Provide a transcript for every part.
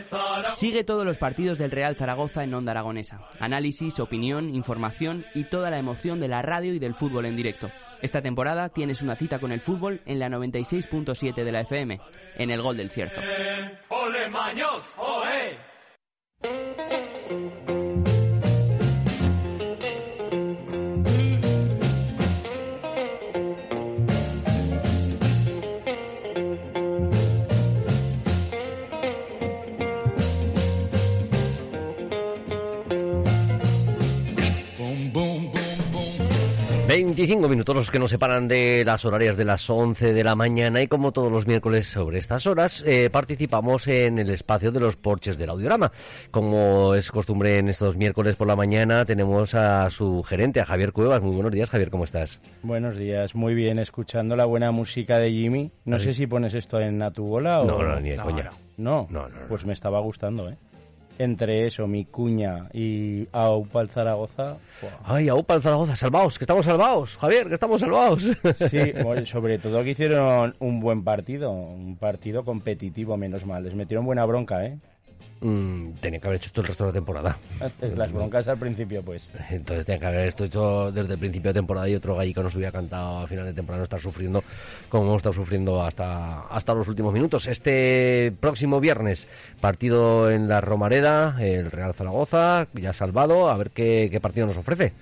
Sigue todos los partidos del Real Zaragoza en Onda Aragonesa. Análisis, opinión, información y toda la emoción de la radio y del fútbol en directo. Esta temporada tienes una cita con el fútbol en la 96.7 de la FM, en el Gol del Cierzo. ¡Ole Maños! ¡Oe! 25 minutos los que nos separan de las horarias de las 11 de la mañana y como todos los miércoles sobre estas horas participamos en el espacio de los porches del Audiorama. Como es costumbre en estos miércoles por la mañana tenemos a su gerente, a Javier Cuevas. Muy buenos días, Javier, ¿cómo estás? Buenos días, muy bien, escuchando la buena música de Jimmy. No sé si pones esto en A tu bola o... No, ni de coña. No, pues me estaba gustando, ¿eh? Entre eso, mi cuña y Aupa el Zaragoza... ¡Wow! ¡Ay, Aupa el Zaragoza! ¡Salvaos! ¡Que estamos salvados! ¡Javier, que estamos salvados! Sí, sobre todo que hicieron un buen partido, un partido competitivo, menos mal. Les metieron buena bronca, ¿eh? Tenía que haber hecho esto el resto de la temporada. Las broncas al principio, pues. Entonces tenía que haber esto hecho desde el principio de temporada y otro gallico nos hubiera cantado a final de temporada, no estar sufriendo como hemos estado sufriendo hasta los últimos minutos. Este próximo viernes, partido en la Romareda, el Real Zaragoza, ya salvado, a ver qué partido nos ofrece.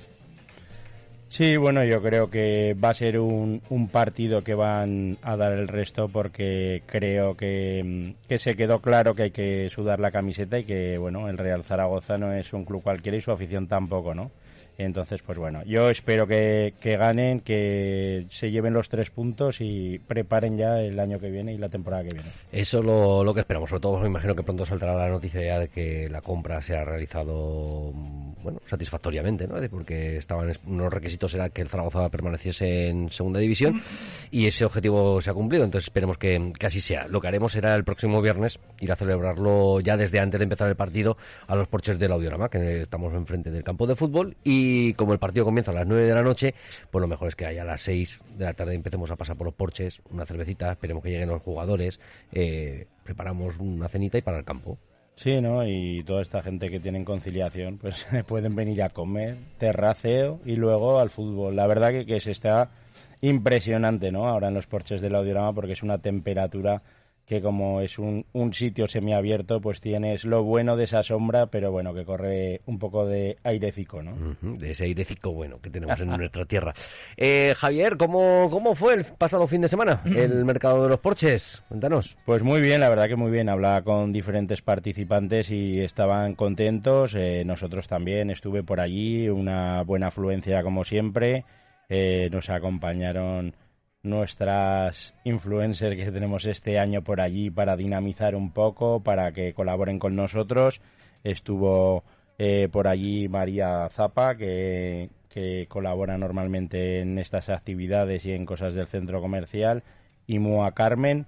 Sí, bueno, yo creo que va a ser un partido que van a dar el resto porque creo que se quedó claro que hay que sudar la camiseta y que, bueno, el Real Zaragoza no es un club cualquiera y su afición tampoco, ¿no? Entonces, pues bueno, yo espero que ganen, que se lleven los 3 puntos y preparen ya el año que viene y la temporada que viene. Eso es lo que esperamos. Sobre todo, me imagino que pronto saldrá la noticia ya de que la compra se ha realizado, bueno, satisfactoriamente, ¿no? Porque estaban unos requisitos, era que el Zaragoza permaneciese en segunda división y ese objetivo se ha cumplido. Entonces esperemos que así sea. Lo que haremos será el próximo viernes ir a celebrarlo ya desde antes de empezar el partido a los porches del Audiorama, que estamos enfrente del campo de fútbol, y como el partido comienza a las 9 de la noche, pues lo mejor es que a las 6 de la tarde empecemos a pasar por los porches, una cervecita, esperemos que lleguen los jugadores, preparamos una cenita y para el campo. Sí, ¿no? Y toda esta gente que tienen conciliación, pues pueden venir a comer, terraceo y luego al fútbol. La verdad que se está impresionante, ¿no? Ahora en los porches del Audiorama, porque es una temperatura que como es un sitio semiabierto, pues tienes lo bueno de esa sombra, pero bueno, que corre un poco de airecico, ¿no? De ese airecico bueno que tenemos en nuestra tierra. Javier, ¿cómo fue el pasado fin de semana el mercado de los porches? Cuéntanos. Pues muy bien, la verdad que muy bien. Hablaba con diferentes participantes y estaban contentos. Nosotros también, estuve por allí, una buena afluencia como siempre. Nos acompañaron nuestras influencers que tenemos este año por allí para dinamizar un poco, para que colaboren con nosotros. Estuvo por allí María Zapa, que colabora normalmente en estas actividades y en cosas del centro comercial, y Mua Carmen,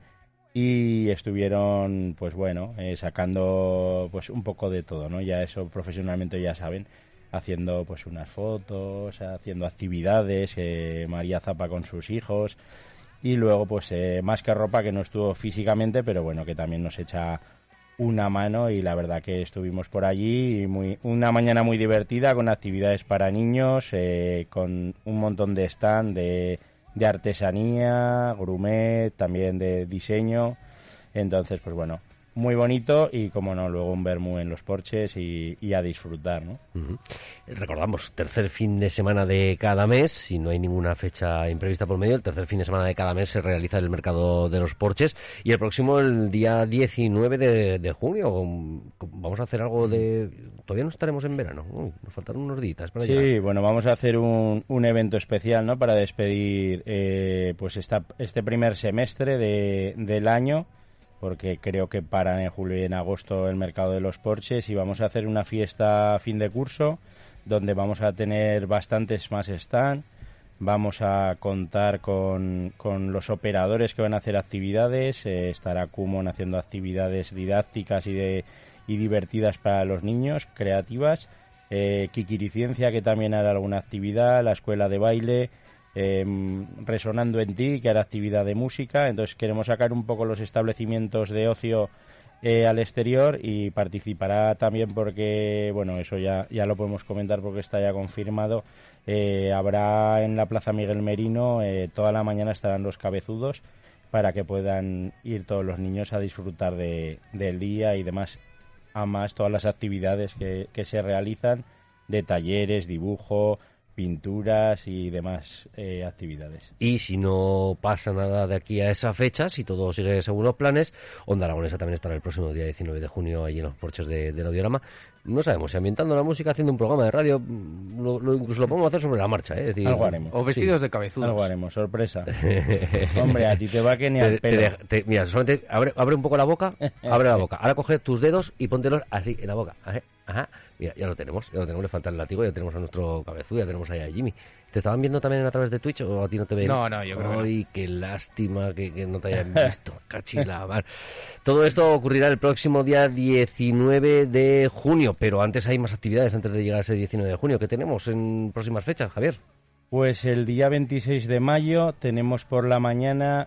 y estuvieron, pues bueno, sacando pues un poco de todo, ¿no? Ya eso profesionalmente ya saben, haciendo pues unas fotos, haciendo actividades, María Zapa con sus hijos, y luego pues Más que Ropa, que no estuvo físicamente, pero bueno, que también nos echa una mano, y la verdad que estuvimos por allí una mañana muy divertida con actividades para niños, con un montón de stand de artesanía, gourmet, también de diseño. Entonces pues bueno, muy bonito, y como no, luego un vermú en los porches y a disfrutar, ¿no? Recordamos, tercer fin de semana de cada mes, si no hay ninguna fecha imprevista por medio, el tercer fin de semana de cada mes se realiza el mercado de los porches, y el próximo, el día 19 de junio, vamos a hacer algo de... Todavía no estaremos en verano, nos faltan unos días para llegar. Sí, bueno, vamos a hacer un evento especial, ¿no?, para despedir pues este primer semestre del año, porque creo que paran en julio y en agosto el mercado de los porches, y vamos a hacer una fiesta a fin de curso donde vamos a tener bastantes más stand. Vamos a contar con los operadores que van a hacer actividades, estará Kumon haciendo actividades didácticas y divertidas para los niños, creativas, Kikiriciencia, que también hará alguna actividad, la escuela de baile, Resonando en Ti, que hará actividad de música. Entonces queremos sacar un poco los establecimientos de ocio al exterior, y participará también porque, bueno, eso ya lo podemos comentar porque está ya confirmado. Habrá en la Plaza Miguel Merino, toda la mañana estarán los cabezudos para que puedan ir todos los niños a disfrutar del día y demás. Además, todas las actividades que se realizan, de talleres, dibujo, pinturas y demás actividades. Y si no pasa nada de aquí a esa fecha, si todo sigue según los planes, Onda Aragonesa también estará el próximo día 19 de junio allí en los porches del Audiorama. No sabemos si ambientando la música, haciendo un programa de radio, incluso lo podemos hacer sobre la marcha, ¿eh? Es decir, algo haremos. O vestidos de cabezudos. Algo haremos, sorpresa. Hombre, a ti te va que ni al pelo. Mira, solamente abre un poco la boca, abre la boca. Ahora coge tus dedos y póntelos así en la boca. Ajá. Mira, ya lo tenemos, le falta el látigo, ya tenemos a nuestro cabezudo, ya tenemos ahí a Jimmy. ¿Te estaban viendo también a través de Twitch o a ti no te ven? No, yo creo que no. Ay, qué lástima que no te hayan visto, cachila, man. Todo esto ocurrirá el próximo día 19 de junio, pero antes hay más actividades antes de llegar a ese 19 de junio. ¿Qué tenemos en próximas fechas, Javier? Pues el día 26 de mayo tenemos por la mañana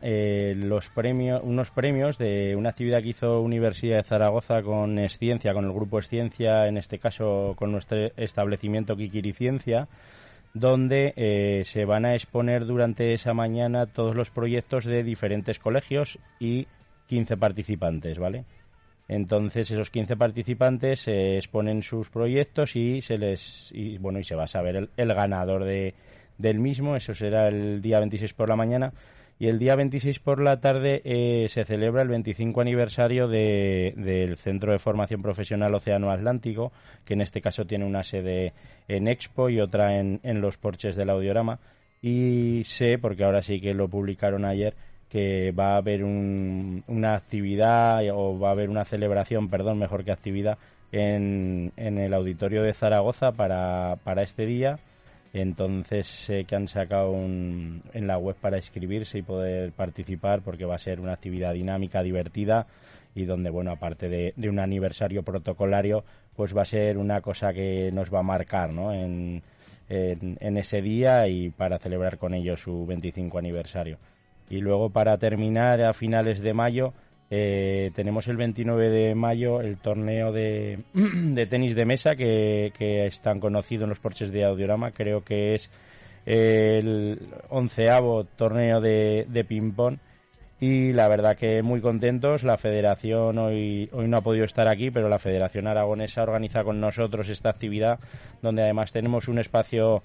unos premios de una actividad que hizo Universidad de Zaragoza con Esciencia, con el grupo Esciencia, en este caso con nuestro establecimiento Kikiriciencia, donde se van a exponer durante esa mañana todos los proyectos de diferentes colegios y 15 participantes, ¿vale? Entonces esos 15 participantes exponen sus proyectos y se va a saber el ganador del mismo. Eso será el día 26 por la mañana, y el día 26 por la tarde se celebra el 25 aniversario del Centro de Formación Profesional Océano Atlántico, que en este caso tiene una sede en Expo y otra en los porches del Audiorama. Y sé, porque ahora sí que lo publicaron ayer, que va a haber una actividad, o va a haber una celebración, mejor que actividad, en el auditorio de Zaragoza para este día. Entonces sé que han sacado en la web para inscribirse y poder participar, porque va a ser una actividad dinámica, divertida, y donde, bueno, aparte de un aniversario protocolario, pues va a ser una cosa que nos va a marcar, ¿no?, en ese día, y para celebrar con ellos su 25 aniversario. Y luego, para terminar, a finales de mayo, tenemos el 29 de mayo el torneo de tenis de mesa que es tan conocido en los porches de Audiorama. Creo que es el 11º torneo de ping-pong, y la verdad que muy contentos. La federación hoy no ha podido estar aquí, pero la Federación Aragonesa organiza con nosotros esta actividad, donde además tenemos un espacio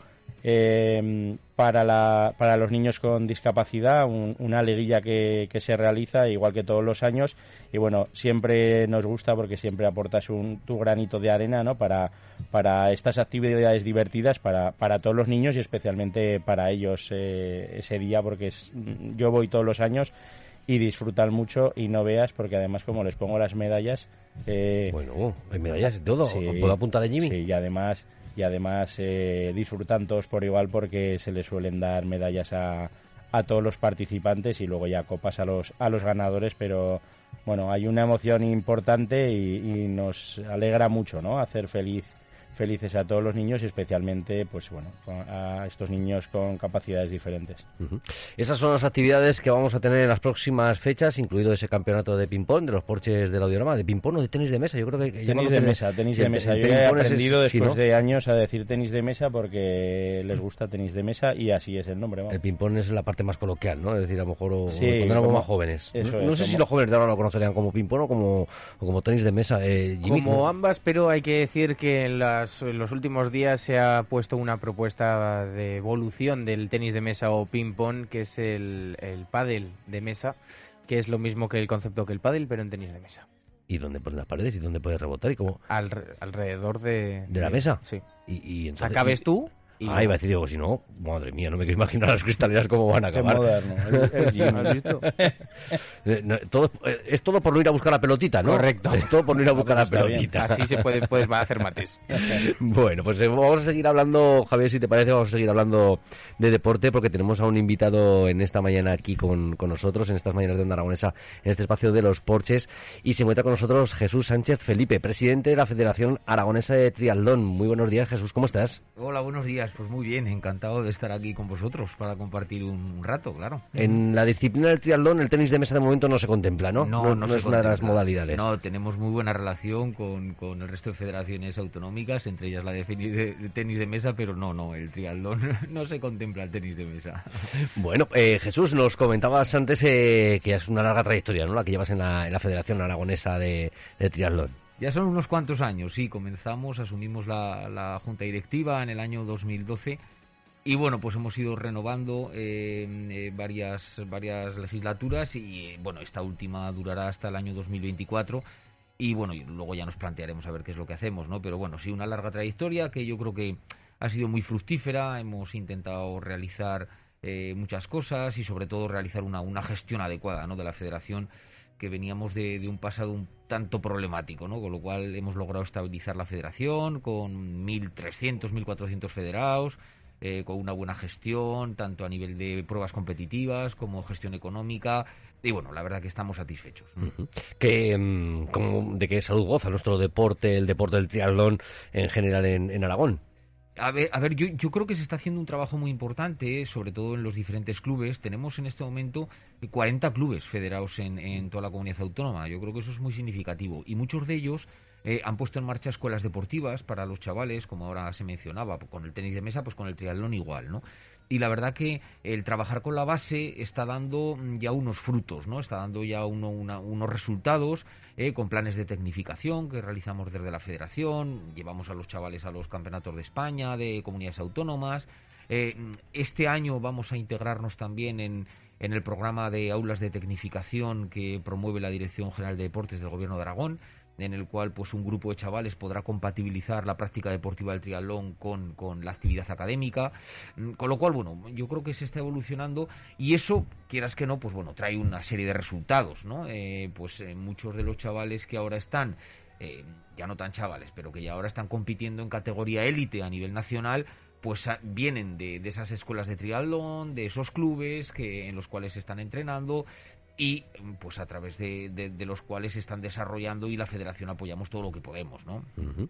para los niños con discapacidad, una liguilla que se realiza igual que todos los años, y bueno, siempre nos gusta porque siempre aportas tu granito de arena, ¿no?, para estas actividades divertidas para todos los niños, y especialmente para ellos ese día, porque yo voy todos los años y disfrutan mucho, y no veas, porque además, como les pongo las medallas... Bueno, hay medallas y todo. Sí, ¿Puedo apuntar a Jimmy? Sí, y además disfrutan todos por igual, porque se les suelen dar medallas a todos los participantes, y luego ya copas a los ganadores. Pero bueno, hay una emoción importante y nos alegra mucho, ¿no?, hacer felices a todos los niños, y especialmente, pues bueno, a estos niños con capacidades diferentes. Uh-huh. Esas son las actividades que vamos a tener en las próximas fechas, incluido ese campeonato de ping-pong de los porches del Audiorama. ¿De ping-pong o de tenis de mesa? Yo creo que tenis de mesa. Yo he aprendido después de años a decir tenis de mesa, porque les gusta tenis de mesa, y así es el nombre. Vamos. El ping-pong es la parte más coloquial, ¿no? Es decir, a lo mejor sí, como más jóvenes. No sé si los jóvenes de ahora lo conocerían como ping-pong o como tenis de mesa. Jimmy, como ambas, pero hay que decir que en los últimos días se ha puesto una propuesta de evolución del tenis de mesa o ping-pong, que es el pádel de mesa, que es lo mismo que el concepto que el pádel, pero en tenis de mesa. ¿Y dónde ponen las paredes? ¿Y dónde puedes rebotar? ¿Y cómo? Alrededor de la mesa. Sí. Y entonces, acabes tú. Iba a decir, digo, si no, madre mía, no me quiero imaginar las cristaleras cómo van a acabar. Qué moderno. ¿Has visto? Es todo por no ir a buscar la pelotita, ¿no? Correcto. Es todo por no ir a buscar la pelotita. Así se puedes hacer mates. Bueno, pues vamos a seguir hablando, Javier, si te parece, vamos a seguir hablando de deporte, porque tenemos a un invitado en esta mañana aquí con nosotros, en estas mañanas de Onda Aragonesa, en este espacio de los porches, y se encuentra con nosotros Jesús Sánchez Felipe, presidente de la Federación Aragonesa de Triatlón. Muy buenos días, Jesús, ¿cómo estás? Hola, buenos días. días. Pues muy bien, encantado de estar aquí con vosotros para compartir un rato, claro. En la disciplina del triatlón, el tenis de mesa de momento no se contempla, ¿no? No es una de las modalidades. No, tenemos muy buena relación con el resto de federaciones autonómicas, entre ellas la de tenis de mesa, pero no, el triatlón no se contempla el tenis de mesa. Bueno, Jesús, nos comentabas antes que es una larga trayectoria, ¿no?, la que llevas en la Federación Aragonesa de Triatlón. Ya son unos cuantos años, sí, asumimos la junta directiva en el año 2012 y bueno, pues hemos ido renovando varias legislaturas y bueno, esta última durará hasta el año 2024 y bueno, y luego ya nos plantearemos a ver qué es lo que hacemos, ¿no? Pero bueno, sí, una larga trayectoria que yo creo que ha sido muy fructífera, hemos intentado realizar muchas cosas y sobre todo realizar una gestión adecuada, ¿no?, de la federación, que veníamos de un pasado un tanto problemático, ¿no? Con lo cual hemos logrado estabilizar la federación con 1.300, 1.400 federados, con una buena gestión, tanto a nivel de pruebas competitivas como gestión económica, y bueno, la verdad que estamos satisfechos. Uh-huh. ¿De qué salud goza nuestro deporte, el deporte del triatlón en general en Aragón? A ver, yo creo que se está haciendo un trabajo muy importante, sobre todo en los diferentes clubes. Tenemos en este momento 40 clubes federados en toda la comunidad autónoma. Yo creo que eso es muy significativo. Y muchos de ellos han puesto en marcha escuelas deportivas para los chavales, como ahora se mencionaba, con el tenis de mesa, pues con el triatlón igual, ¿no? Y la verdad que el trabajar con la base está dando ya unos frutos, ¿no? Está dando ya unos resultados con planes de tecnificación que realizamos desde la federación. Llevamos a los chavales a los campeonatos de España, de comunidades autónomas. Este año vamos a integrarnos también en el programa de aulas de tecnificación que promueve la Dirección General de Deportes del Gobierno de Aragón, en el cual pues un grupo de chavales podrá compatibilizar la práctica deportiva del triatlón con la actividad académica, con lo cual, bueno, yo creo que se está evolucionando y eso, quieras que no, pues bueno, trae una serie de resultados, ¿no? Muchos de los chavales que ahora están, ya no tan chavales, pero que ya ahora están compitiendo en categoría élite a nivel nacional, pues vienen de esas escuelas de triatlón, de esos clubes en los cuales se están entrenando, y pues a través de los cuales se están desarrollando y la federación apoyamos todo lo que podemos, ¿no? Uh-huh.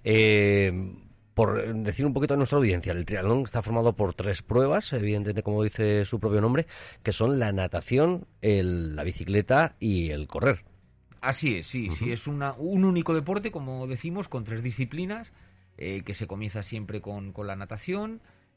Por decir un poquito a nuestra audiencia, el triatlón está formado por 3 pruebas, evidentemente, como dice su propio nombre, que son la natación, la bicicleta y el correr. Así es, sí, uh-huh. Sí, es un único deporte, como decimos, con 3 disciplinas, que se comienza siempre con la natación,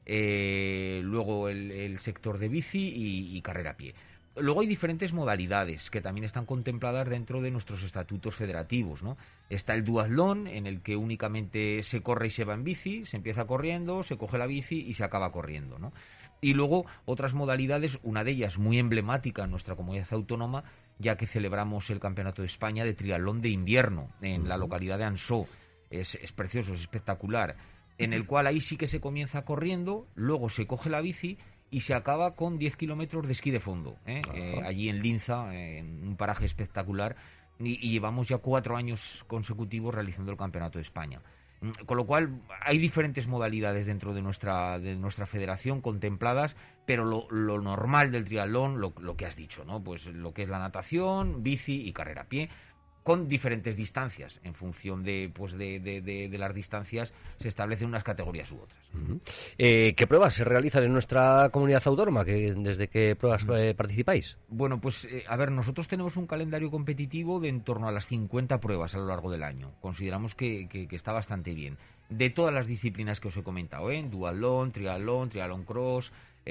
luego el sector de bici y carrera a pie. Luego hay diferentes modalidades que también están contempladas dentro de nuestros estatutos federativos, ¿no? Está el duatlón, en el que únicamente se corre y se va en bici, se empieza corriendo, se coge la bici y se acaba corriendo, ¿no? Y luego otras modalidades, una de ellas muy emblemática en nuestra comunidad autónoma, ya que celebramos el Campeonato de España de Triatlón de Invierno en la localidad de Ansó. Es precioso, es espectacular, en el cual ahí sí que se comienza corriendo, luego se coge la bici y se acaba con 10 kilómetros de esquí de fondo, allí en Linza, en un paraje espectacular, y llevamos ya 4 años consecutivos realizando el Campeonato de España. Con lo cual hay diferentes modalidades dentro de nuestra federación contempladas, pero lo normal del triatlón, lo que has dicho, ¿no? Pues lo que es la natación, bici y carrera a pie, con diferentes distancias. En función de las distancias se establecen unas categorías u otras. Uh-huh. ¿Qué pruebas se realizan en nuestra comunidad autónoma? ¿Desde qué pruebas participáis? Bueno, pues a ver, nosotros tenemos un calendario competitivo de en torno a las 50 pruebas a lo largo del año. Consideramos que está bastante bien. De todas las disciplinas que os he comentado, duatlón, triatlón cross,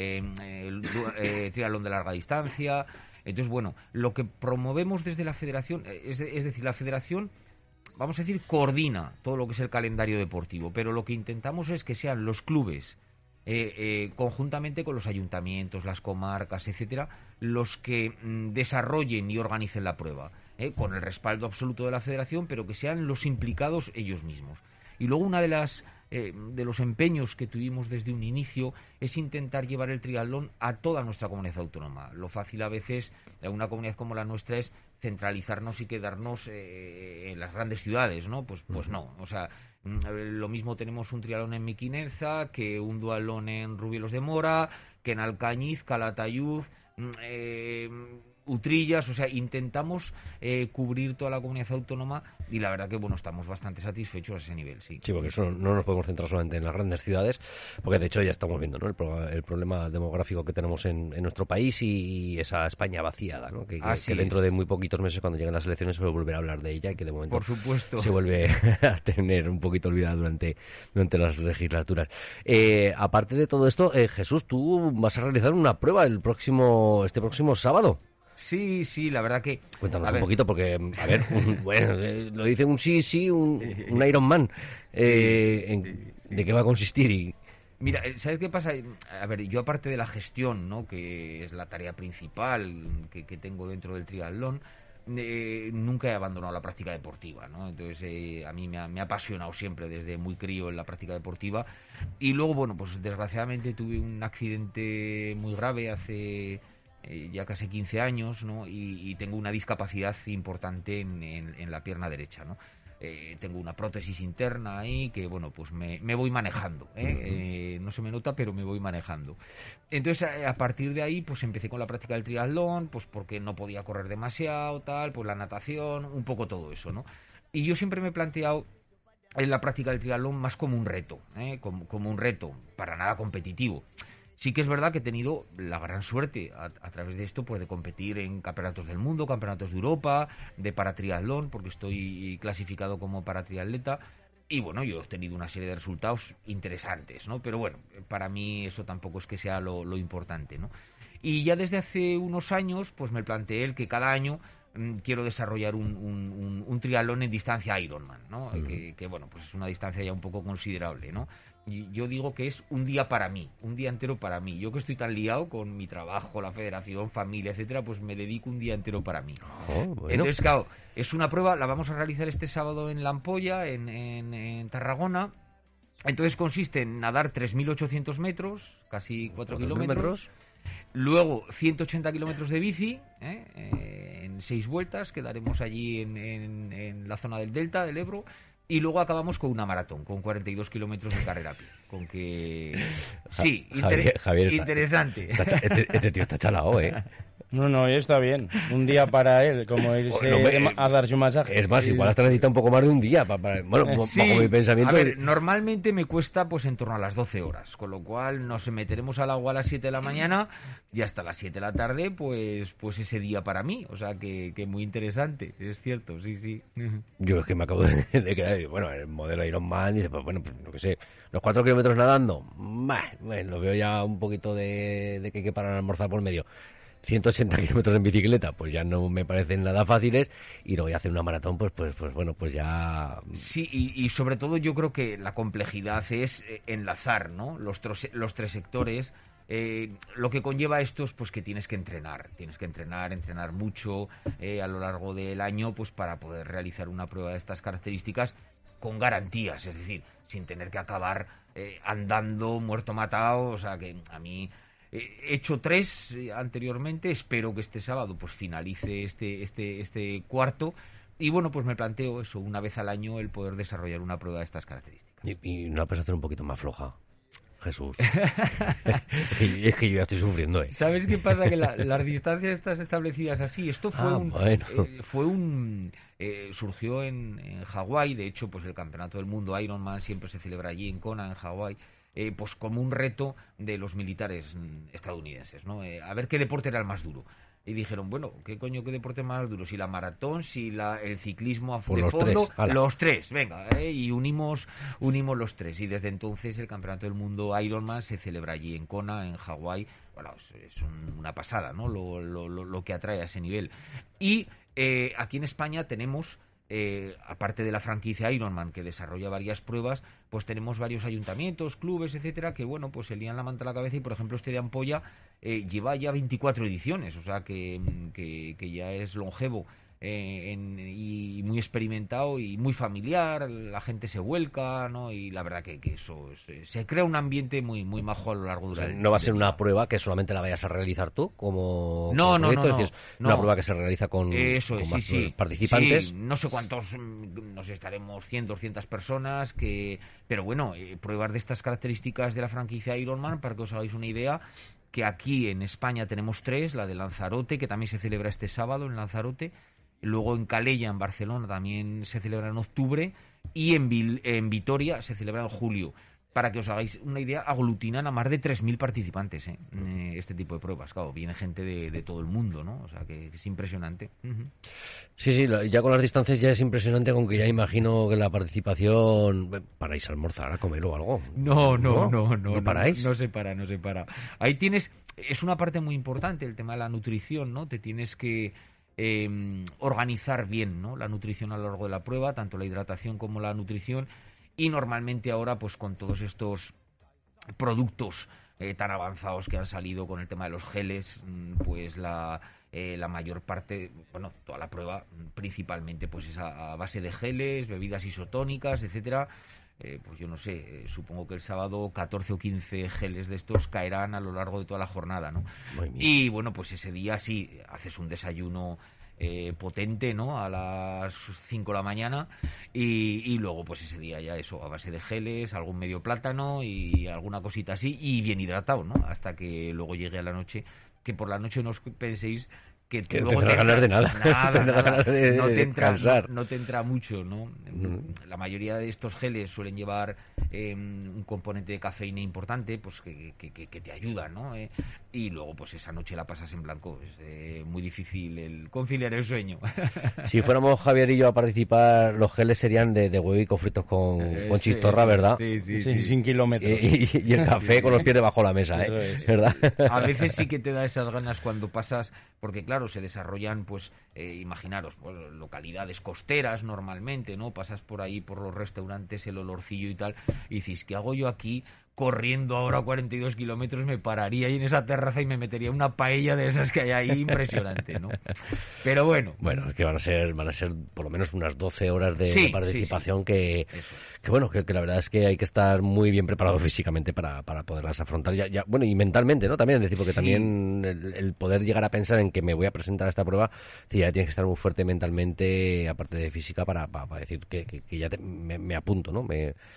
triatlón de larga distancia. Entonces, bueno, lo que promovemos desde la federación, es decir, la federación, vamos a decir, coordina todo lo que es el calendario deportivo, pero lo que intentamos es que sean los clubes, conjuntamente con los ayuntamientos, las comarcas, etcétera, los que desarrollen y organicen la prueba, con el respaldo absoluto de la federación, pero que sean los implicados ellos mismos. Y luego una de los empeños que tuvimos desde un inicio es intentar llevar el triatlón a toda nuestra comunidad autónoma. Lo fácil a veces en una comunidad como la nuestra es centralizarnos y quedarnos en las grandes ciudades, ¿no? Pues no, o sea, lo mismo tenemos un triatlón en Mequinenza que un duatlón en Rubielos de Mora, que en Alcañiz, Calatayud, Utrillas, o sea, intentamos cubrir toda la comunidad autónoma y la verdad que, bueno, estamos bastante satisfechos a ese nivel, sí. Sí, porque eso no nos podemos centrar solamente en las grandes ciudades, porque de hecho ya estamos viendo, ¿no?, el problema demográfico que tenemos en nuestro país y esa España vaciada, ¿no?, que dentro de muy poquitos meses, cuando lleguen las elecciones, se va a volver a hablar de ella y que de momento, por supuesto, se vuelve a tener un poquito olvidada durante las legislaturas. Aparte de todo esto, Jesús, tú vas a realizar una prueba este próximo sábado. Sí, la verdad que... Cuéntanos un poquito, porque, a ver, lo dice un un Ironman. ¿De qué va a consistir? Mira, ¿sabes qué pasa? A ver, yo aparte de la gestión, ¿no?, que es la tarea principal que tengo dentro del triatlón, nunca he abandonado la práctica deportiva, ¿no? Entonces, a mí me ha apasionado siempre desde muy crío en la práctica deportiva. Y luego, bueno, pues desgraciadamente tuve un accidente muy grave hace... ya casi 15 años, ¿no? Y tengo una discapacidad importante en la pierna derecha, ¿no? Tengo una prótesis interna ahí que, bueno, pues me voy manejando, no se me nota, pero me voy manejando. Entonces, a partir de ahí, pues empecé con la práctica del triatlón, pues porque no podía correr demasiado, tal, pues la natación, un poco todo eso, ¿no? Y yo siempre me he planteado en la práctica del triatlón más como un reto, como un reto, para nada competitivo. Sí que es verdad que he tenido la gran suerte a través de esto, pues de competir en campeonatos del mundo, campeonatos de Europa, de paratriatlón, porque estoy clasificado como paratriatleta. Y bueno, yo he obtenido una serie de resultados interesantes, ¿no? Pero bueno, para mí eso tampoco es que sea lo importante, ¿no? Y ya desde hace unos años, pues me planteé el que cada año quiero desarrollar un triatlón en distancia Ironman, ¿no? Que bueno, pues es una distancia ya un poco considerable, ¿no? Y yo digo que es un día para mí, un día entero para mí. Yo que estoy tan liado con mi trabajo, la federación, familia, etcétera, pues me dedico un día entero para mí. Bueno. Entonces, claro, es una prueba, la vamos a realizar este sábado en La Ampolla, en Tarragona. Entonces consiste en nadar 3.800 metros, casi 4 kilómetros. Luego 180 kilómetros de bici, en 6 vueltas, quedaremos allí en la zona del Delta, del Ebro. Y luego acabamos con una maratón, con 42 kilómetros de carrera a pie. Con que... Sí, Javier interesante. Este tío está chalao, ¿eh? No, está bien. Un día para él, como irse a darse un masaje. Es más, igual hasta necesita un poco más de un día. Bueno, sí, bajo mi pensamiento... A ver, normalmente me cuesta pues en torno a las 12 horas, con lo cual nos meteremos al agua a las 7 de la mañana y hasta las 7 de la tarde, pues ese día para mí. O sea, que muy interesante, es cierto, sí. Yo es que me acabo de quedar... Bueno, el modelo Ironman dice, pues bueno, pues, no que sé, los 4 kilómetros nadando, lo veo ya un poquito de que hay que parar a almorzar por medio. 180 kilómetros en bicicleta, pues ya no me parecen nada fáciles, y luego voy a hacer una maratón, pues bueno, pues ya... Sí, y sobre todo yo creo que la complejidad es enlazar, ¿no?, los tres sectores. Lo que conlleva esto es pues que tienes que entrenar mucho a lo largo del año, pues para poder realizar una prueba de estas características con garantías, es decir, sin tener que acabar andando muerto matado. O sea que a mí... He hecho 3 anteriormente, espero que este sábado pues finalice este cuarto, y bueno, pues me planteo eso, una vez al año el poder desarrollar una prueba de estas características. ¿Y no la puedes hacer un poquito más floja, Jesús? Es que yo ya estoy sufriendo, ¿eh? ¿Sabes qué pasa? Que las distancias están establecidas así. Esto fue surgió en Hawái. De hecho, pues el campeonato del mundo Ironman siempre se celebra allí en Kona, en Hawái. Pues como un reto de los militares estadounidenses, ¿no? A ver qué deporte era el más duro. Y dijeron, bueno, ¿qué deporte más duro? Si la maratón, si el ciclismo de fondo, los tres, venga, y unimos los 3. Y desde entonces el campeonato del mundo Ironman se celebra allí en Kona, en Hawái. Bueno, es una pasada, ¿no? Lo que atrae a ese nivel. Y aquí en España tenemos... aparte de la franquicia Ironman, que desarrolla varias pruebas, pues tenemos varios ayuntamientos, clubes, etcétera, que bueno, pues se lían la manta a la cabeza. Y por ejemplo este de Ampolla lleva ya 24 ediciones, o sea que ya es longevo y muy experimentado y muy familiar, la gente se vuelca, ¿no? Y la verdad que eso se crea un ambiente muy muy majo a lo largo O de sea, la no va a ser una prueba que solamente la vayas a realizar tú como No, proyecto, es decir, no. una prueba que se realiza con Eso es, más sí. participantes. Sí, no sé cuántos, nos estaremos 100, 200 personas, pero bueno, pruebas de estas características de la franquicia Ironman, para que os hagáis una idea, que aquí en España tenemos 3, la de Lanzarote, que también se celebra este sábado en Lanzarote, luego en Calella, en Barcelona, también se celebra en octubre, y en Vitoria se celebra en julio. Para que os hagáis una idea, aglutinan a más de 3.000 participantes, este tipo de pruebas. Claro, viene gente de todo el mundo, ¿no? O sea, que es impresionante. Uh-huh. Sí, ya con las distancias ya es impresionante, con que ya imagino que la participación... ¿Paráis a almorzar, a comer o algo? No. ¿No paráis? No se para. Ahí tienes... Es una parte muy importante el tema de la nutrición, ¿no? Te tienes que organizar bien, ¿no? La nutrición a lo largo de la prueba, tanto la hidratación como la nutrición. Y normalmente ahora, pues con todos estos productos tan avanzados que han salido con el tema de los geles, pues la mayor parte, bueno, toda la prueba principalmente pues es a base de geles, bebidas isotónicas, etcétera. Pues yo no sé, supongo que el sábado 14 o 15 geles de estos caerán a lo largo de toda la jornada, ¿no? Y bueno, pues ese día sí, haces un desayuno potente, ¿no? A las 5 de la mañana y luego pues ese día ya eso, a base de geles, algún medio plátano y alguna cosita así y bien hidratado, ¿no? Hasta que luego llegue a la noche, que por la noche no os penséis que luego no te ganas de nada. No te entra mucho, ¿no? La mayoría de estos geles suelen llevar un componente de cafeína importante, pues que te ayuda, ¿no? Y luego pues esa noche la pasas en blanco. Es muy difícil el conciliar el sueño. Si fuéramos Javier y yo a participar, los geles serían de huevico fritos con chistorra, ¿verdad? Sí, sin kilómetros. Y el café con los pies debajo de la mesa, ¿verdad? A veces sí que te da esas ganas cuando pasas, porque claro, se desarrollan, pues, imaginaros, pues, localidades costeras normalmente, ¿no? Pasas por ahí, por los restaurantes, el olorcillo y tal, y dices, ¿qué hago yo aquí? Corriendo ahora 42 kilómetros, me pararía ahí en esa terraza y me metería una paella de esas que hay ahí, impresionante, ¿no? Pero bueno. Bueno, es que van a ser por lo menos unas 12 horas de participación que bueno, que la verdad es que hay que estar muy bien preparado físicamente para poderlas afrontar. Bueno, y mentalmente, ¿no? También, es decir, porque también el poder llegar a pensar en que me voy a presentar a esta prueba, ya tienes que estar muy fuerte mentalmente, aparte de física, para decir que ya me apunto, ¿no?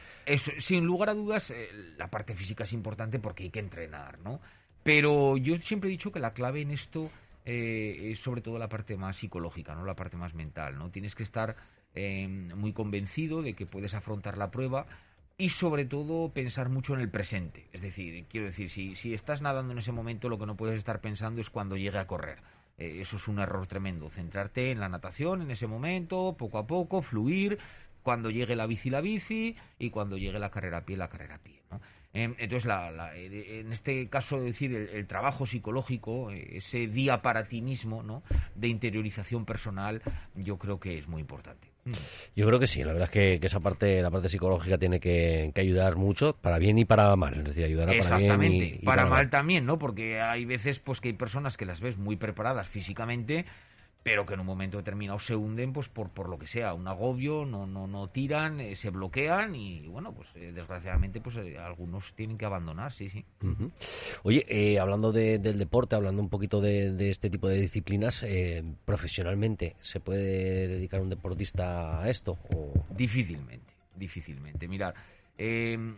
Sin lugar a dudas, la parte física es importante porque hay que entrenar, ¿no? Pero yo siempre he dicho que la clave en esto es sobre todo la parte más psicológica, ¿no? La parte más mental, ¿no? Tienes que estar muy convencido de que puedes afrontar la prueba y sobre todo pensar mucho en el presente. Es decir, quiero decir, si estás nadando en ese momento, lo que no puedes estar pensando es cuando llegue a correr. Eso es un error tremendo. Centrarte en la natación en ese momento, poco a poco, fluir. Cuando llegue la bici, y cuando llegue la carrera a pie, ¿no? Entonces, en este caso, decir, el trabajo psicológico, ese día para ti mismo, ¿no? De interiorización personal, yo creo que es muy importante. Yo creo que sí, la verdad es que esa parte, la parte psicológica tiene que ayudar mucho, para bien y para mal, es decir, ayudará para bien Exactamente, y para mal también, ¿no? Porque hay veces pues que hay personas que las ves muy preparadas físicamente, pero que en un momento determinado se hunden pues por lo que sea, un agobio, no tiran, se bloquean y bueno, pues desgraciadamente pues algunos tienen que abandonar, sí. Uh-huh. Oye, hablando del deporte, hablando un poquito de este tipo de disciplinas, profesionalmente, ¿se puede dedicar un deportista a esto? ¿O? Difícilmente. Mirad, en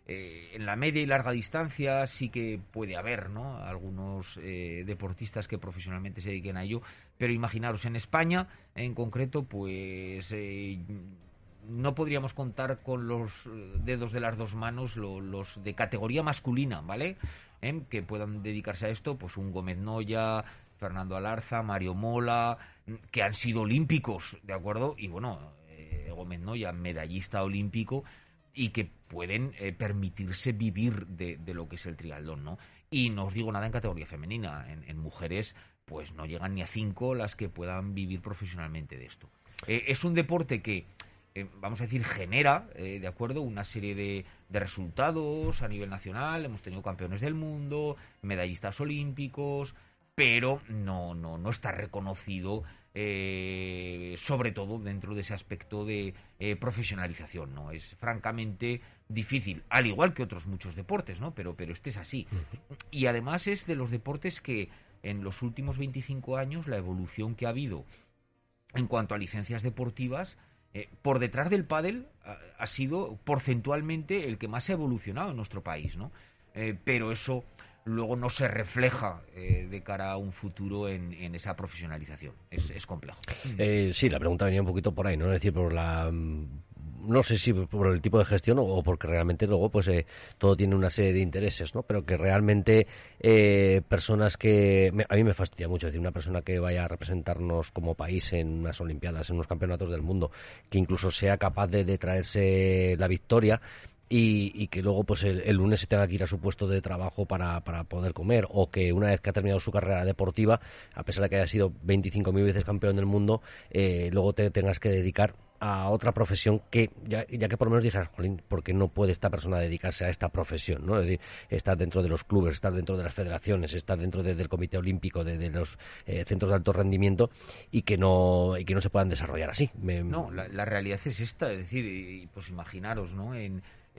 la media y larga distancia sí que puede haber, ¿no? Algunos deportistas que profesionalmente se dediquen a ello, pero imaginaros, en España en concreto, pues no podríamos contar con los dedos de las dos manos los de categoría masculina, ¿vale? Que puedan dedicarse a esto, pues un Gómez Noya, Fernando Alarza, Mario Mola, que han sido olímpicos, ¿de acuerdo? Y bueno, Gómez Noya, medallista olímpico, y que pueden permitirse vivir de lo que es el triatlón, ¿no? Y no os digo nada en categoría femenina, en mujeres pues no llegan ni a 5 las que puedan vivir profesionalmente de esto. Es un deporte que, vamos a decir, genera, de acuerdo, una serie de resultados a nivel nacional. Hemos tenido campeones del mundo, medallistas olímpicos, pero no está reconocido, sobre todo dentro de ese aspecto de profesionalización, ¿no? Es francamente difícil, al igual que otros muchos deportes, ¿no? Pero este es así. Y además es de los deportes que en los últimos 25 años la evolución que ha habido en cuanto a licencias deportivas, por detrás del pádel ha sido porcentualmente el que más ha evolucionado en nuestro país, ¿no? Pero eso luego no se refleja de cara a un futuro en esa profesionalización. Es complejo. Sí, la pregunta venía un poquito por ahí, ¿no? Es decir, por la... No sé si por el tipo de gestión o porque realmente luego pues todo tiene una serie de intereses, ¿no? Pero que realmente personas que... a mí me fastidia mucho, es decir, una persona que vaya a representarnos como país en unas Olimpiadas, en unos campeonatos del mundo, que incluso sea capaz de traerse la victoria, y que luego pues el lunes se tenga que ir a su puesto de trabajo para poder comer, o que una vez que ha terminado su carrera deportiva, a pesar de que haya sido 25.000 veces campeón del mundo, luego te tengas que dedicar a otra profesión que, ya que por lo menos dijeras, jolín, ¿por qué no puede esta persona dedicarse a esta profesión, ¿no? Es decir, estar dentro de los clubes, estar dentro de las federaciones, estar dentro del Comité Olímpico, de los centros de alto rendimiento, y que no se puedan desarrollar así. No, la realidad es esta, es decir, pues imaginaros, ¿no? En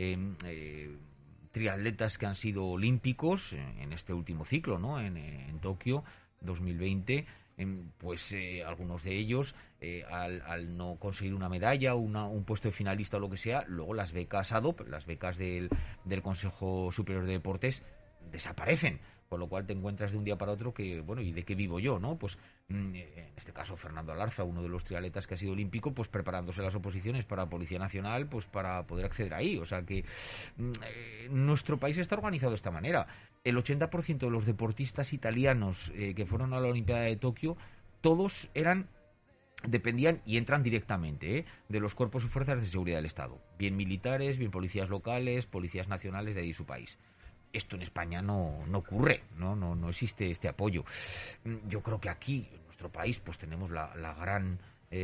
triatletas que han sido olímpicos en este último ciclo, ¿no? En Tokio 2020, pues algunos de ellos al no conseguir una medalla, un puesto de finalista o lo que sea, luego las becas ADOP, las becas del Consejo Superior de Deportes, desaparecen. Con lo cual te encuentras de un día para otro que, bueno, ¿y de qué vivo yo, no? Pues en este caso Fernando Alarza, uno de los triatletas que ha sido olímpico, pues preparándose las oposiciones para Policía Nacional, pues para poder acceder ahí. O sea que nuestro país está organizado de esta manera. El 80% de los deportistas italianos que fueron a la Olimpiada de Tokio, todos dependían y entran directamente de los cuerpos y fuerzas de seguridad del Estado. Bien militares, bien policías locales, policías nacionales de ahí su país. Esto en España no ocurre, no existe este apoyo. Yo creo que aquí, en nuestro país, pues tenemos la gran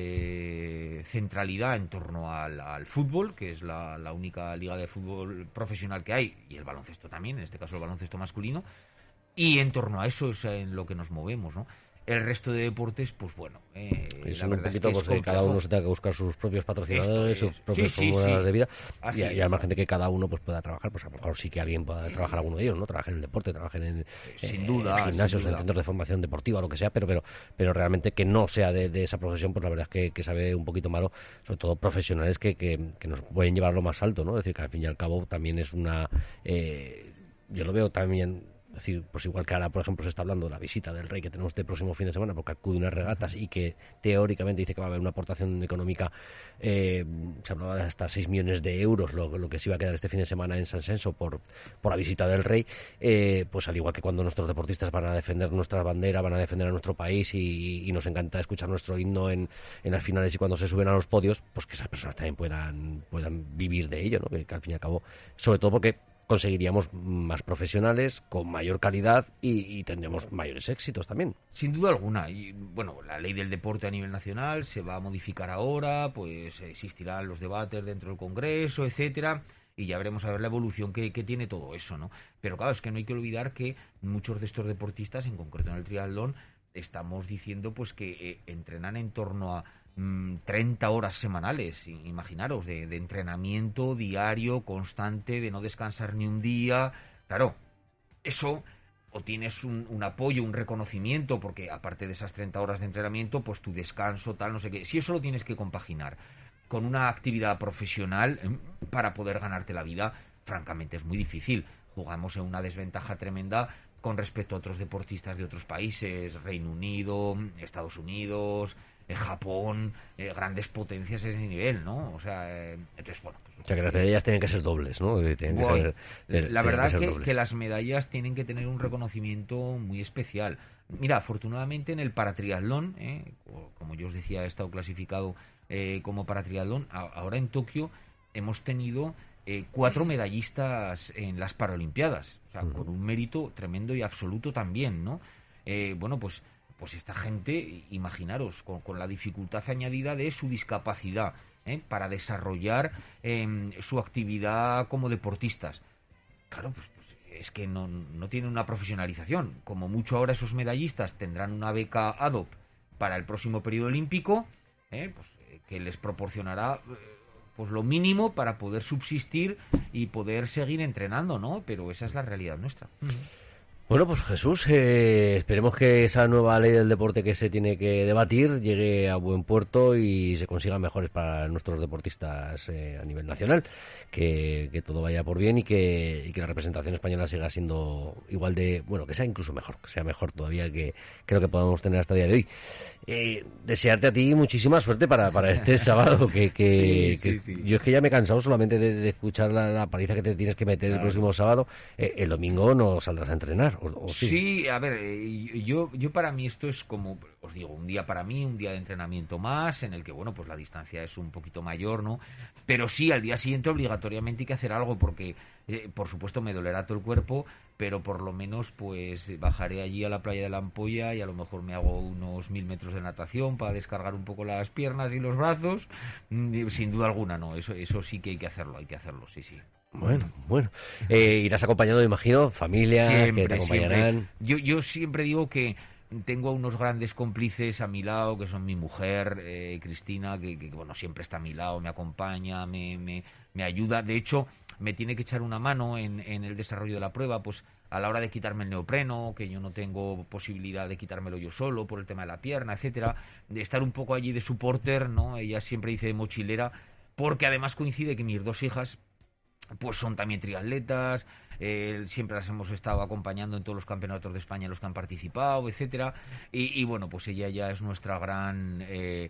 centralidad en torno al fútbol, que es la única liga de fútbol profesional que hay, y el baloncesto también, en este caso el baloncesto masculino, y en torno a eso es en lo que nos movemos, ¿no? El resto de deportes, pues bueno, la verdad es que pues, cada uno se tenga que buscar sus propios patrocinadores, sus propias fórmulas de vida, y además gente que cada uno pues pueda trabajar, pues a lo mejor sí que alguien pueda trabajar alguno de ellos, ¿no? Trabajen en el deporte, trabajen en gimnasios, en centros de formación deportiva, lo que sea, pero realmente que no sea de esa profesión, pues la verdad es que sabe un poquito malo, sobre todo profesionales que nos pueden llevar a lo más alto, ¿no? Es decir, que al fin y al cabo también es una... yo lo veo también... Es decir, pues igual que ahora, por ejemplo, se está hablando de la visita del rey que tenemos este próximo fin de semana, porque acude a unas regatas y que teóricamente dice que va a haber una aportación económica, se hablaba de hasta 6 millones de euros, lo que se iba a quedar este fin de semana en San Censo por la visita del rey, pues al igual que cuando nuestros deportistas van a defender nuestra bandera, van a defender a nuestro país y nos encanta escuchar nuestro himno en las finales y cuando se suben a los podios, pues que esas personas también puedan vivir de ello, ¿no? Que al fin y al cabo, sobre todo porque conseguiríamos más profesionales con mayor calidad y tendríamos mayores éxitos también. Sin duda alguna. Y bueno, la ley del deporte a nivel nacional se va a modificar ahora, pues existirán los debates dentro del Congreso, etcétera, y ya veremos a ver la evolución que tiene todo eso, ¿no? Pero claro, es que no hay que olvidar que muchos de estos deportistas, en concreto en el triatlón, estamos diciendo pues que entrenan en torno a 30 horas semanales, imaginaros, de entrenamiento diario, constante, de no descansar ni un día. Claro, eso, o tienes un apoyo, un reconocimiento, porque aparte de esas 30 horas de entrenamiento, pues tu descanso, tal, no sé qué. Si eso lo tienes que compaginar con una actividad profesional para poder ganarte la vida, francamente es muy difícil. Jugamos en una desventaja tremenda con respecto a otros deportistas de otros países, Reino Unido, Estados Unidos, Japón, grandes potencias a ese nivel, ¿no? O sea, entonces, bueno... Pues, o sea, que las medallas tienen que ser dobles, ¿no? La verdad que las medallas tienen que tener un reconocimiento muy especial. Mira, afortunadamente en el paratriatlón, como yo os decía, he estado clasificado como paratriatlón, ahora en Tokio hemos tenido 4 medallistas en las Paralimpiadas, o sea, con un mérito tremendo y absoluto también, ¿no? Bueno, pues esta gente, imaginaros, con la dificultad añadida de su discapacidad, para desarrollar su actividad como deportistas. Claro, pues es que no tienen una profesionalización. Como mucho ahora esos medallistas tendrán una beca ADOP para el próximo periodo olímpico, que les proporcionará pues lo mínimo para poder subsistir y poder seguir entrenando, ¿no? Pero esa es la realidad nuestra. Bueno, pues Jesús, esperemos que esa nueva ley del deporte que se tiene que debatir llegue a buen puerto y se consigan mejores para nuestros deportistas a nivel nacional, que todo vaya por bien y que la representación española siga siendo igual de, bueno, que sea incluso mejor, que sea mejor todavía que lo que podamos tener hasta el día de hoy. Desearte a ti muchísima suerte para este sábado, que sí. Yo es que ya me he cansado solamente de escuchar la paliza que te tienes que meter el próximo sábado. El domingo no saldrás a entrenar. Sí, a ver, yo para mí esto es como, os digo, un día para mí, un día de entrenamiento más, en el que, bueno, pues la distancia es un poquito mayor, ¿no? Pero sí, al día siguiente obligatoriamente hay que hacer algo, porque, por supuesto, me dolerá todo el cuerpo, pero por lo menos, pues, bajaré allí a la playa de la Ampolla y a lo mejor me hago unos 1000 metros de natación para descargar un poco las piernas y los brazos, sin duda alguna, ¿no? Eso sí que hay que hacerlo, sí. Bueno. Irás acompañado, me imagino, familia, siempre, que te acompañarán. Yo siempre digo que tengo a unos grandes cómplices a mi lado, que son mi mujer, Cristina, que bueno, siempre está a mi lado, me acompaña, me ayuda. De hecho, me tiene que echar una mano en el desarrollo de la prueba, pues a la hora de quitarme el neopreno, que yo no tengo posibilidad de quitármelo yo solo por el tema de la pierna, etcétera, de estar un poco allí de supporter, ¿no? Ella siempre dice de mochilera, porque además coincide que mis 2 hijas pues son también triatletas, siempre las hemos estado acompañando en todos los campeonatos de España en los que han participado, etcétera, y bueno, pues ella ya es nuestra gran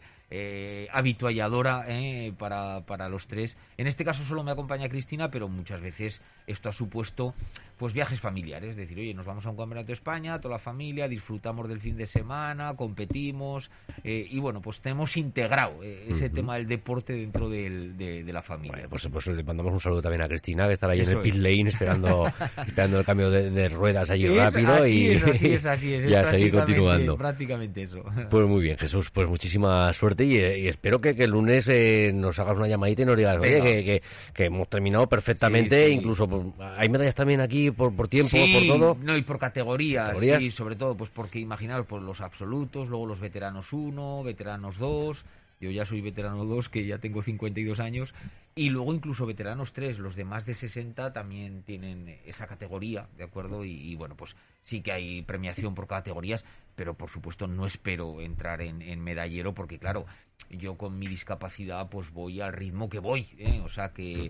habitualladora para los 3. En este caso solo me acompaña Cristina, pero muchas veces esto ha supuesto pues viajes familiares, es decir, oye, nos vamos a un campeonato de España, toda la familia, disfrutamos del fin de semana, competimos, y bueno, pues tenemos integrado ese tema del deporte dentro de la familia. Bueno, pues le mandamos un saludo también a Cristina, que estará ahí en el pit lane esperando el cambio de ruedas allí rápido, así es, y a seguir continuando. Prácticamente eso. Pues muy bien, Jesús, pues muchísima suerte y espero que el lunes nos hagas una llamadita y nos digas, oye, que hemos terminado perfectamente, incluso hay medallas también aquí por tiempo, por todo. No, y por categorías, sí, sobre todo, pues porque imaginaros, por los absolutos, luego los veteranos 1, veteranos 2, yo ya soy veterano 2, que ya tengo 52 años, y luego incluso veteranos 3, los de más de 60 también tienen esa categoría, ¿de acuerdo? Y bueno, pues sí que hay premiación por categorías, pero por supuesto no espero entrar en medallero, porque claro, yo con mi discapacidad pues voy al ritmo que voy, o sea que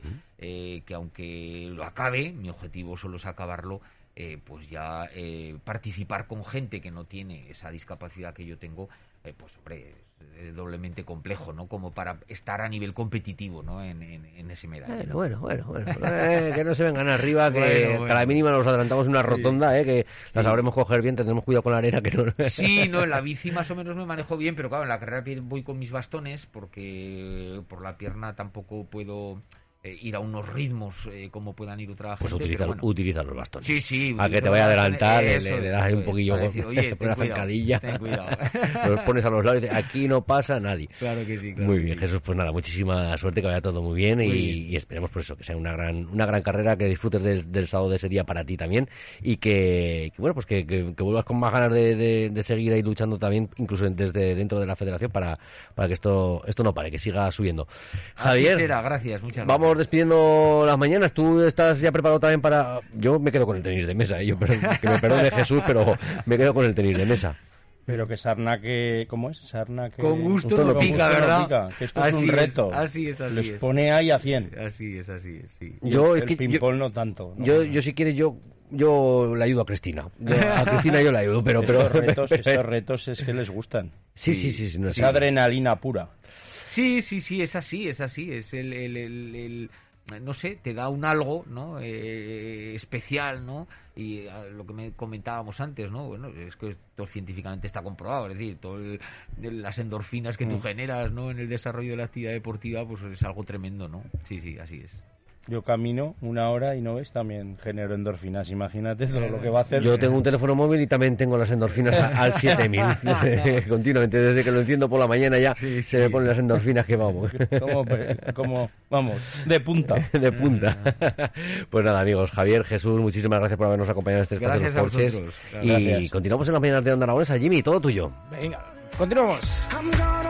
aunque lo acabe, mi objetivo solo es acabarlo, pues ya participar con gente que no tiene esa discapacidad que yo tengo, pues hombre, es doblemente complejo, ¿no? Como para estar a nivel competitivo, ¿no? En ese medallero. Bueno. Que no se vengan arriba, que a la mínima nos adelantamos en una rotonda, que la sabremos coger bien, tendremos cuidado con la arena. Que no... Sí, no, en la bici más o menos me manejo bien, pero claro, en la carrera voy con mis bastones, porque por la pierna tampoco puedo ir a unos ritmos como puedan ir otra gente. Pues utiliza los bastones. Sí. A que te vaya a adelantar, le das ahí un poquillo decir, oye, una zancadilla. Ten cuidado. Los pones a los lados y dices, aquí no pasa nadie. Claro que sí. Muy bien, Jesús, pues nada, muchísima suerte, que vaya todo muy bien, y esperemos por eso, que sea una gran carrera, que disfrutes del sábado de ese día para ti también, y que bueno, pues que vuelvas con más ganas de seguir ahí luchando también, incluso desde dentro de la federación, para que esto no pare, que siga subiendo. Javier, será, gracias, muchas gracias. Vamos despidiendo las mañanas. ¿Tú estás ya preparado también para...? Yo me quedo con el tenis de mesa, que me perdone Jesús, pero me quedo con el tenis de mesa. Pero que sarna que... ¿Cómo es? Sarna que... Con gusto no pica, ¿verdad? No pica, que esto es un reto. Así es. Les pone ahí a 100. Así es, sí. El ping-pong no tanto. ¿no? Yo si quieres, yo le ayudo a Cristina. A Cristina yo le ayudo, pero... Estos retos es que les gustan. Sí. No es adrenalina pura. Sí, es así. Es el no sé, te da un algo, ¿no? Especial, ¿no? Y lo que comentábamos antes, ¿no? Bueno, es que esto científicamente está comprobado, es decir, todas las endorfinas que tú generas, ¿no? En el desarrollo de la actividad deportiva, pues es algo tremendo, ¿no? Sí, así es. Yo camino 1 hora y no ves, también genero endorfinas. Imagínate todo lo que va a hacer. Yo tengo un teléfono móvil y también tengo las endorfinas al 7000. Continuamente, desde que lo enciendo por la mañana ya se me ponen las endorfinas que vamos. Como vamos, de punta. De punta. Pues nada, amigos, Javier, Jesús, muchísimas gracias por habernos acompañado en este espacio de los Porches. Y Gracias. continuamos en las mañanas de Onda Aragonesa. Jimmy, todo tuyo. Venga, continuamos.